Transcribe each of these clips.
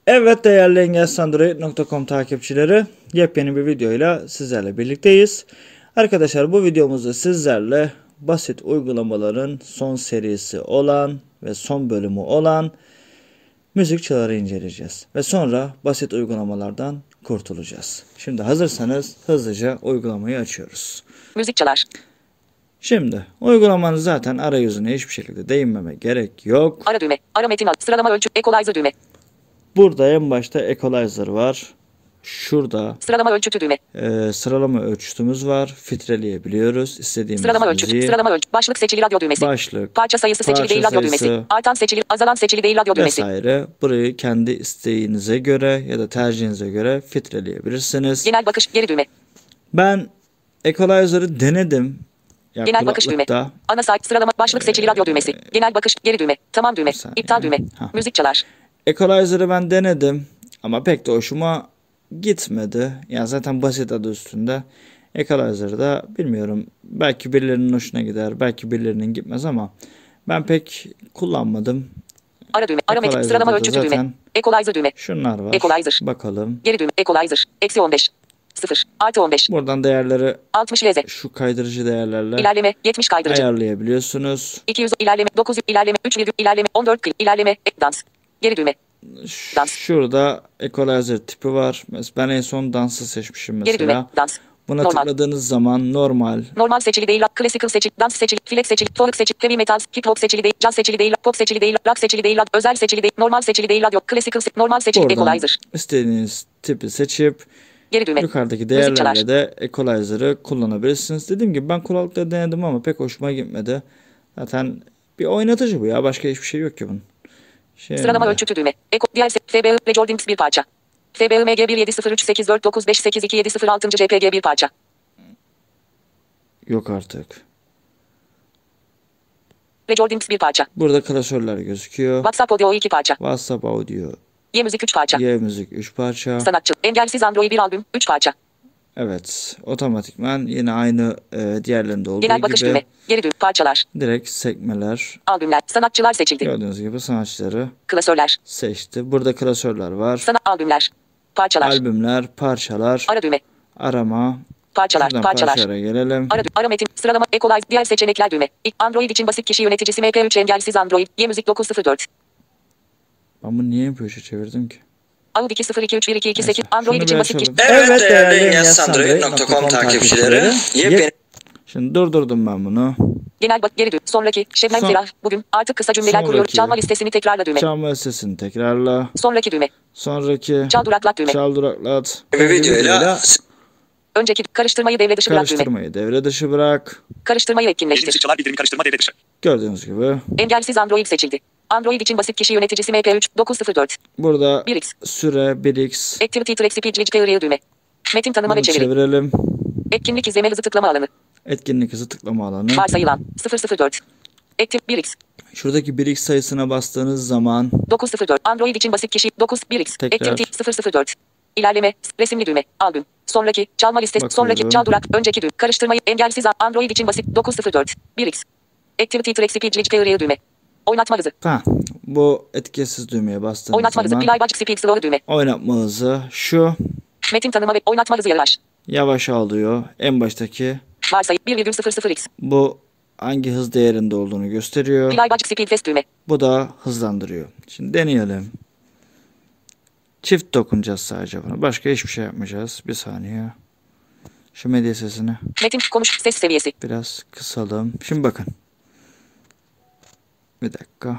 Evet değerli engelsandroid.com takipçileri, yepyeni bir videoyla sizlerle birlikteyiz. Arkadaşlar, bu videomuzda sizlerle basit uygulamaların son serisi olan ve son bölümü olan müzik çaları inceleyeceğiz. Ve sonra basit uygulamalardan kurtulacağız. Şimdi hazırsanız hızlıca uygulamayı açıyoruz. Müzik çalar. Şimdi uygulamanın zaten arayüzüne hiçbir şekilde değinmeme gerek yok. Ara düğme. Ara metin alt. Sıralama ölçü. Equalizer düğme. Burada en başta equalizer var. Şurada Sıralama ölçütü düğme. sıralama ölçütümüz var. Filtreleyebiliyoruz. İstediğimiz Sıralama müziği. ölçütü. Sıralama ölçü. Başlık seçili radyo düğmesi. Başlık. Parça sayısı seçili değil radyo düğmesi. Artan seçili, azalan seçili değil radyo düğmesi. Vesaire. Burayı kendi isteğinize göre ya da tercihinize göre filtreleyebilirsiniz. Genel bakış geri düğme. Ben equalizer'ı denedim. Ya Genel bakış düğme. Ana sayfa sıralama başlık seçili radyo düğmesi. Genel bakış geri düğme. Tamam düğme. İptal düğme. Müzik çalar. Equalizer'ı ben denedim ama pek de hoşuma gitmedi. Yani zaten basit adı üstünde. Equalizer'da bilmiyorum, belki birilerinin hoşuna gider, belki birilerinin gitmez ama ben pek kullanmadım. Ara düğme. Ara metin. Sıralama ölçütü düğme. Equalizer düğme. Şunlar var. Equalizer. Bakalım. Geri düğme. Equalizer. Eksi 15. 0. Artı 15. Buradan değerleri 60 leze. şu kaydırıcı değerlerle İlerleme. 70 kaydırıcı. ayarlayabiliyorsunuz. 200 ilerleme. 900 ilerleme. 3 virgül ilerleme. 14 kil ilerleme. Dans. Geri düğme. Dans. Şurada equalizer tipi var. Ben en son dansı seçmişim mesela. Geri düğme. Dans. Buna Normal. tıkladığınız zaman normal. Normal seçili değil, classical seçili, dans seçili, flex seçili, folk seçili, heavy metal, hip hop seçili değil, jazz seçili değil, pop seçili değil, rock seçili değil, özel seçili değil, normal seçili değil, classical normal seçili, Oradan equalizer. istediğiniz tipi seçip Geri düğme. yukarıdaki Müzik çalar. değerlerle de equalizer'ı kullanabilirsiniz. Dediğim gibi ben kulaklıkla denedim ama pek hoşuma gitmedi. Zaten bir oynatıcı bu ya. Başka hiçbir şey yok ki bunun. Sıralama ölçütü düğme. Diğer FBL Recordings bir parça. FBL MG 170384849582706 JPG bir parça. Yok artık. Recordings bir parça. Burada klasörler gözüküyor. WhatsApp Audio 2 parça. WhatsApp Audio. Y Müzik 3 parça. Y Müzik 3 parça. Sanatçı. Engelsiz Android bir albüm 3 parça. Evet. Otomatikman yine aynı diğerlerinde olduğu Genel bakış gibi. düğme. Geri düğme. Parçalar. Direkt sekmeler. Albümler. Sanatçılar seçildi. Gördüğünüz gibi sanatçıları Klasörler. seçti. Burada klasörler var. Albümler. Parçalar. Albümler, parçalar. Ara düğme. Arama. Parçalar. Şuradan Parçalar. parçalara gelelim. Ara metin. Sıralama. Equalize. Diğer seçenekler düğme. Android için basit kişi yöneticisi MP3 engelsiz Android. Y Müzik 904. Ben bunu niye MP3'e çevirdim ki? Audi 202312228. Neyse, Android şunu için bir basit kişi. açalım. Evet değerli engelsandroid.com takipçileri. Yepyeni Şimdi durdurdum ben bunu. Genel bak geri düğme. Sonraki. Şebnem Son- Ferah. Bugün artık kısa cümleler Sonraki. kuruyor. Çalma listesini tekrarla düğme. Çalma sesini tekrarla. Sonraki düğme. Sonraki. Çal duraklat düğme. Çal duraklat. bir videoyla Önceki karıştırmayı devre dışı bırak düğme. Karıştırmayı devre dışı bırak. Karıştırmayı Müzik etkinleştir. çalar bildirimi karıştırma devre dışı. Gördüğünüz gibi. Engelsiz Android seçildi. Android için basit kişi yöneticisi MP3 904. Burada 1x. süre 1x. Activity Track Speech Clear düğme. Metin tanıma Bunu ve çeviri. çevirelim. Etkinlik izleme hızı tıklama alanı. Etkinlik hızı tıklama alanı. Varsayılan 004. Active 1x. Şuradaki 1x sayısına bastığınız zaman 904. Android için basit kişi 1x. Tekrar. Activity 004. İlerleme. Resimli düğme. Albüm. Sonraki. Çalma listesi. Bakıyorum. Sonraki. Çal durak. Önceki düğme. Karıştırmayı. Engelsiz. Android için basit 904. 1x. Activity Track Speech Clear düğme. Oynatma hızı. bu etiketsiz düğmeye bastığınız Oynatma hızı. zaman Playback Speed Slow düğme. oynatma hızı şu. Metin tanıma ve oynatma hızı yavaş. Yavaş alıyor. En baştaki Varsayı 1,00x. bu hangi hız değerinde olduğunu gösteriyor. Playback Speed Fast düğme. Bu da hızlandırıyor. Şimdi deneyelim. Çift dokunacağız sadece buna. Başka hiçbir şey yapmayacağız. Bir saniye. Şu medya sesini Metin konuş ses seviyesi. biraz kısalım. Şimdi bakın. Bir dakika.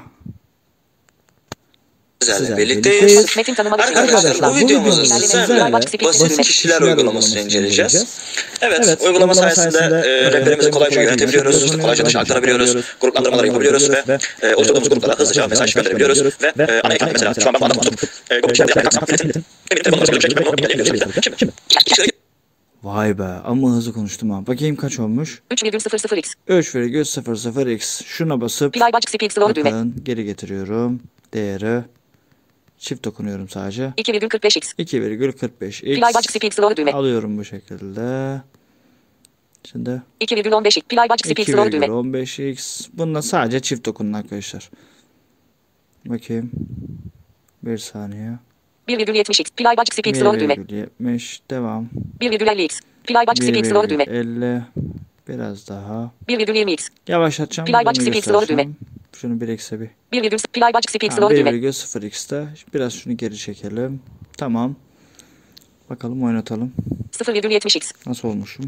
sizlerle birlikteyiz. Metin tanıma ve çeviri. Arkadaşlar bu videomuzda İlerleme, sizlerle playback basit kişiler uygulamasını inceleyeceğiz. Evet, uygulama sayesinde raplerimizi kolayca yönetebiliyoruz, kolayca dışa aktarabiliyoruz, gruplandırmaları yapabiliyoruz ve oluşturduğumuz gruplara hızlıca mesaj gönderebiliyoruz ve ana ekranda mesela şu an ben bağlamı tutup grup içinde yapmaya kalksam milletin eminim telefonumuza böyle bir şekilde bunu engelleyebiliyoruz biz de. Şimdi Vay be, ama hızlı konuştum ha. Bakayım kaç olmuş? 3,00x. 3,00x. Şuna basıp Playback Speed Slow düğme. bakın geri getiriyorum. Değeri çift dokunuyorum sadece. 2,45x. 2,45x. Playback Speed Slow düğme. Alıyorum bu şekilde. Şimdi 2,15x. Playback Speed Slow düğme. 2,15x. Bununla sadece çift dokunun arkadaşlar. Bakayım. Bir saniye. 1,70x. Playback speed slow düğme. 1,70 devam. 1,50x. Playback speed slow düğme. 1,50 biraz daha. 1,20x. Yavaşlatacağım. Playback speed slow düğme. Şunu 1 eksi bir. 1, playback speed slow düğme. 1,0x'te biraz şunu geri çekelim. Tamam. Bakalım oynatalım. 0,70x. Nasıl olmuşum?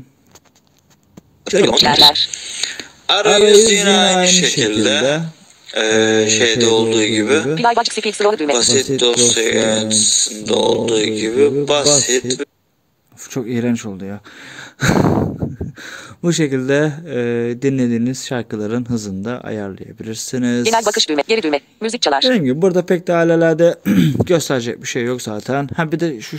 Yerler. Arayüz yine aynı şekilde. Şeyde olduğu gibi. Playback speed slow düğme. Basit dosya yöneticisinde olduğu gibi basit. Çok iğrenç oldu ya. Bu şekilde dinlediğiniz şarkıların hızını da ayarlayabilirsiniz. Genel bakış düğme, geri düğme, müzik çalar. Dediğim gibi burada pek de alelade gösterecek bir şey yok zaten. Ha bir de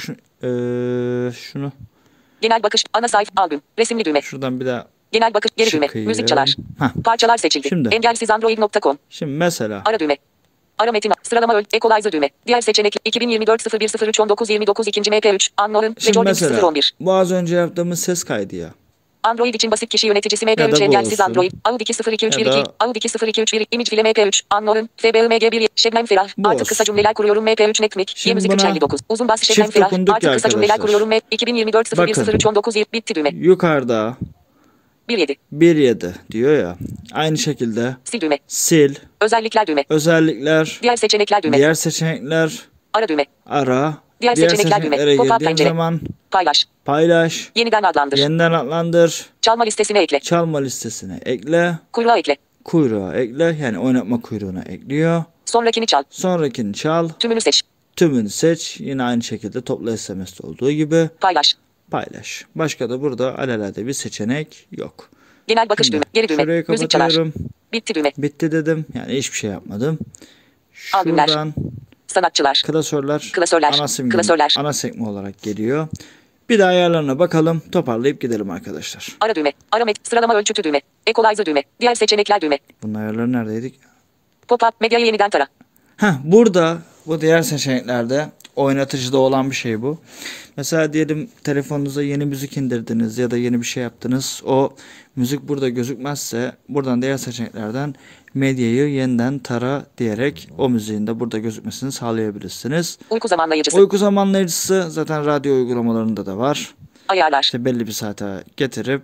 şunu. Genel bakış, ana sayfa, albüm, resimli düğme. Şuradan bir daha. Genel bakış, geri düğme, Çıkayım. müzik çalar. Heh. Parçalar seçildi. Şimdi. Engelsizandroid.com. Şimdi mesela. Ara düğme. Ara metin, sıralama equalizer düğme. Diğer seçenek 2024 01 03 29 2. MP3 Unknown ve Şimdi Jordan mesela 011. bu az önce yaptığımız ses kaydı ya. Android için basit kişi yöneticisi Ya da MP3 bu engelsiz olsun. Android. Audi 022312. Ya da- Audi 022311. Image file MP3. Unknown. FBIMG1. Şebnem Ferah. Bu Artık olsun. kısa cümleler kuruyorum MP3 Netmic. Şimdi Yemüzik buna 359. Uzun bas Şebnem çift Ferah. dokunduk Artık ya kısa cümleler arkadaşlar. kuruyorum 2024 01 Bakın. 03 19 bitti düğme. Yukarıda 17. 1.7 diyor ya. Aynı şekilde Sil düğme. sil, Özellikler düğme. özellikler, Diğer seçenekler düğme. diğer seçenekler, Ara düğme. ara, Diğer seçenekler düğme. seçeneklere Pop-up girdiğim pencere. zaman Paylaş. paylaş, Yeniden adlandır. yeniden adlandır, Çalma listesine ekle. çalma listesine ekle, Kuyruğa ekle. kuyruğa ekle, yani oynatma kuyruğuna ekliyor. Sonrakini çal. Sonrakini çal, Tümünü seç. tümünü seç, yine aynı şekilde topla SMS'de olduğu gibi Paylaş. paylaş. Başka da burada alelade bir seçenek yok. Genel bakış Şimdi düğme. Geri düğme. şurayı Müzik çalar. kapatıyorum. Bitti düğme. Bitti dedim. Yani hiçbir şey yapmadım. Albümler. Şuradan Sanatçılar. klasörler, Klasörler, ana ana sekme olarak geliyor. Bir de ayarlarına bakalım. Toparlayıp gidelim arkadaşlar. Ara düğme. Ara met. Sıralama ölçütü düğme. Equalizer düğme. Diğer seçenekler düğme. Bunun ayarları neredeydik? Pop-up medyayı yeniden tara. Burada bu diğer seçeneklerde oynatıcıda olan bir şey bu. Mesela diyelim telefonunuza yeni müzik indirdiniz ya da yeni bir şey yaptınız. O müzik burada gözükmezse buradan diğer seçeneklerden medyayı yeniden tara diyerek o müziğin de burada gözükmesini sağlayabilirsiniz. Uyku zamanlayıcısı. Uyku zamanlayıcısı zaten radyo uygulamalarında da var. Ayarlar. İşte belli bir saate getirip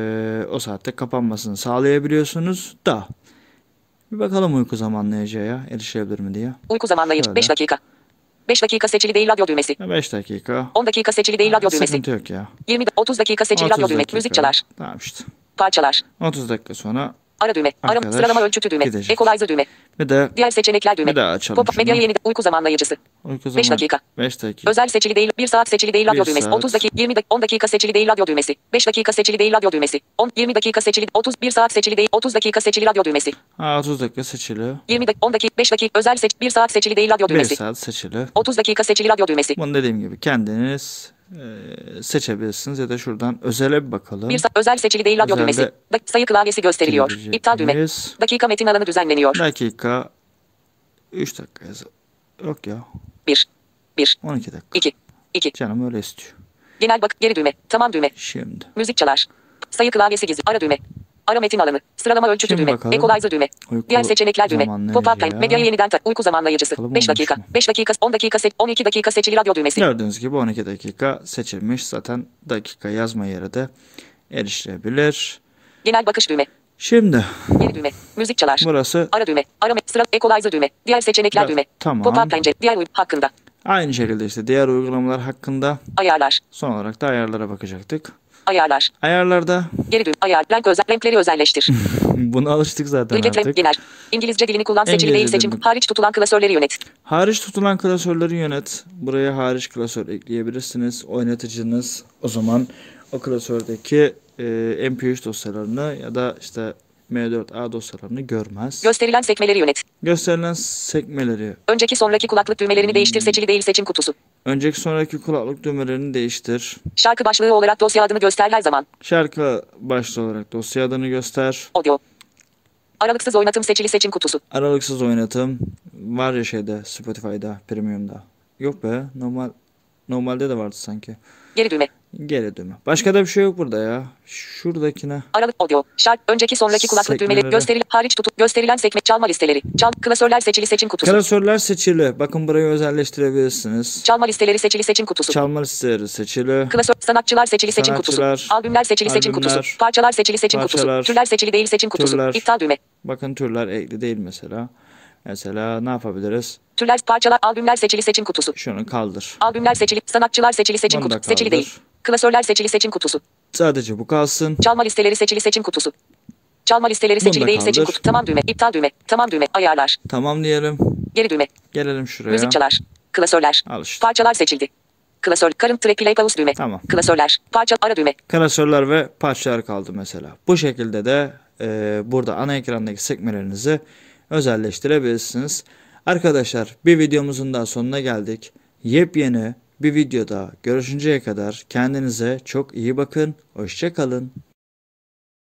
o saatte kapanmasını sağlayabiliyorsunuz da. Bir bakalım uyku zamanlayıcıya erişebilir mi diye. Uyku zamanlayıcı. Şöyle. 5 dakika. 5 dakika seçili değil radyo düğmesi. 5 dakika. 10 dakika seçili değil radyo düğmesi. Sıkıntı yok ya. 30 dakika seçili 30 radyo düğme. dakika. Müzik çalar. Tamam işte. Parçalar. 30 dakika sonra Ara düğme. Ara Arkadaş sıralama ölçütü düğme. gidecek. Equalizer düğme. bir de Diğer seçenekler düğme. Bir daha açalım Pop-up şunu. medyayı yeniden. Uyku zamanlayıcısı. uyku 5 dakika. 5 dakika. Özel seçili değil. 1 saat seçili değil radyo 1 düğmesi. saat. 30 dakika. 10 dakika seçili değil radyo düğmesi. 5 dakika seçili değil radyo düğmesi. 20 dakika seçili. 31 saat seçili değil. 30 dakika seçili radyo düğmesi. 30 dakika seçili. 10 dakika 5 dakika özel 1 saat seçili değil radyo 1 düğmesi. saat seçili. 30 dakika seçili radyo düğmesi. Bunu dediğim gibi kendiniz seçebilirsiniz ya da şuradan özele bir bakalım. 1 saat özel seçili değil radyo Özelde düğmesi. Sayı klavyesi gösteriliyor. girecek İptal düğme. miyiz? Dakika metin alanı düzenleniyor. Dakika 3 dakika yok ya 1 12 dakika. 2 Canım öyle istiyor. Genel bak geri düğme. Tamam düğme. Şimdi Müzik çalar. Sayı klavyesi gizli. Ara düğme. Ara metin alanı. Sıralama ölçütü Şimdi düğme. bakalım. Equalizer düğme. Uyku Diğer seçenekler düğme. zamanlayıcı Pop-up ya. medyayı yeniden tak. Uyku zamanlayıcısı. Bakalım 5 olmuş dakika. mu? 5 dakika 10 dakika 12 dakika seçili radyo düğmesi. gördüğünüz gibi 12 dakika seçilmiş. Zaten dakika yazma yeri de erişilebilir. Genel bakış düğme. Şimdi Geri düğme. Müzik çalar. burası Ara düğme. Ara sıra equalizer düğme. Diğer seçenekler Evet, düğme. tamam. Pop-up pencere. Diğer hakkında. aynı şekilde işte diğer uygulamalar hakkında Ayarlar. son olarak da ayarlara bakacaktık. Ayarlar. Ayarlarda Geri düğme. Ayar. Renkleri özelleştir. buna alıştık zaten Ilgili artık. genel. İngilizce dilini kullan seçili değil İngilizce seçim. dilini- Hariç tutulan klasörleri yönet. Hariç tutulan klasörleri yönet. Buraya hariç klasör ekleyebilirsiniz. Oynatıcınız o zaman o klasördeki MP3 dosyalarını ya da işte M4A dosyalarını görmez. Gösterilen sekmeleri yönet. Gösterilen sekmeleri, Önceki sonraki kulaklık düğmelerini değiştir seçili değil seçim kutusu. önceki sonraki kulaklık düğmelerini değiştir. Şarkı başlığı olarak dosya adını göster her zaman. Şarkı başlığı olarak dosya adını göster. Audio. Aralıksız oynatım seçili seçim kutusu. Aralıksız oynatım var ya şeyde Spotify'da, Premium'da. Yok be, normalde de vardı sanki. Geri düğme. Geri düğme. Başka da bir şey yok burada ya. Şuradakine. Aralık audio. Şart. Önceki sonraki kulaklık düğmeleri. Sekmeleri. Gösteril. Hariç tutup gösterilen sekme. Çalma listeleri. Klasörler seçili seçim kutusu. Klasörler seçili. Bakın burayı özelleştirebilirsiniz. Çalma listeleri seçili seçim kutusu. Çalma listeleri seçili. Klasör. Sanatçılar seçili seçim kutusu. Sanatçılar, Albümler seçili seçim albümler, kutusu. Parçalar seçili seçim parçalar, kutusu. Türler seçili değil seçim kutusu. türler. İptal düğme. Bakın türler ekli değil mesela. Mesela ne yapabiliriz? Türler, parçalar, albümler seçili seçim kutusu. Şunu kaldır. Albümler seçili, sanatçılar seçili seçim Bunu da kutusu. Seçili kaldır. değil. Klasörler seçili seçim kutusu. Sadece bu kalsın. Çalma listeleri seçili seçim kutusu. Çalma listeleri Bunu seçili da değil seçim kaldır. kutusu. Tamam düğme, iptal düğme, tamam düğme, ayarlar, Tamam diyelim. geri düğme, Gelelim şuraya. müzik çalar, klasörler, Al işte. parçalar seçildi. Klasör, current track play pause düğme, Tamam. klasörler, parça ara düğme. Klasörler ve parçalar kaldı mesela. Bu şekilde de burada ana ekrandaki sekmelerinizi özelleştirebilirsiniz. Arkadaşlar bir videomuzun daha sonuna geldik. Yepyeni bir videoda görüşünceye kadar kendinize çok iyi bakın. Hoşça kalın.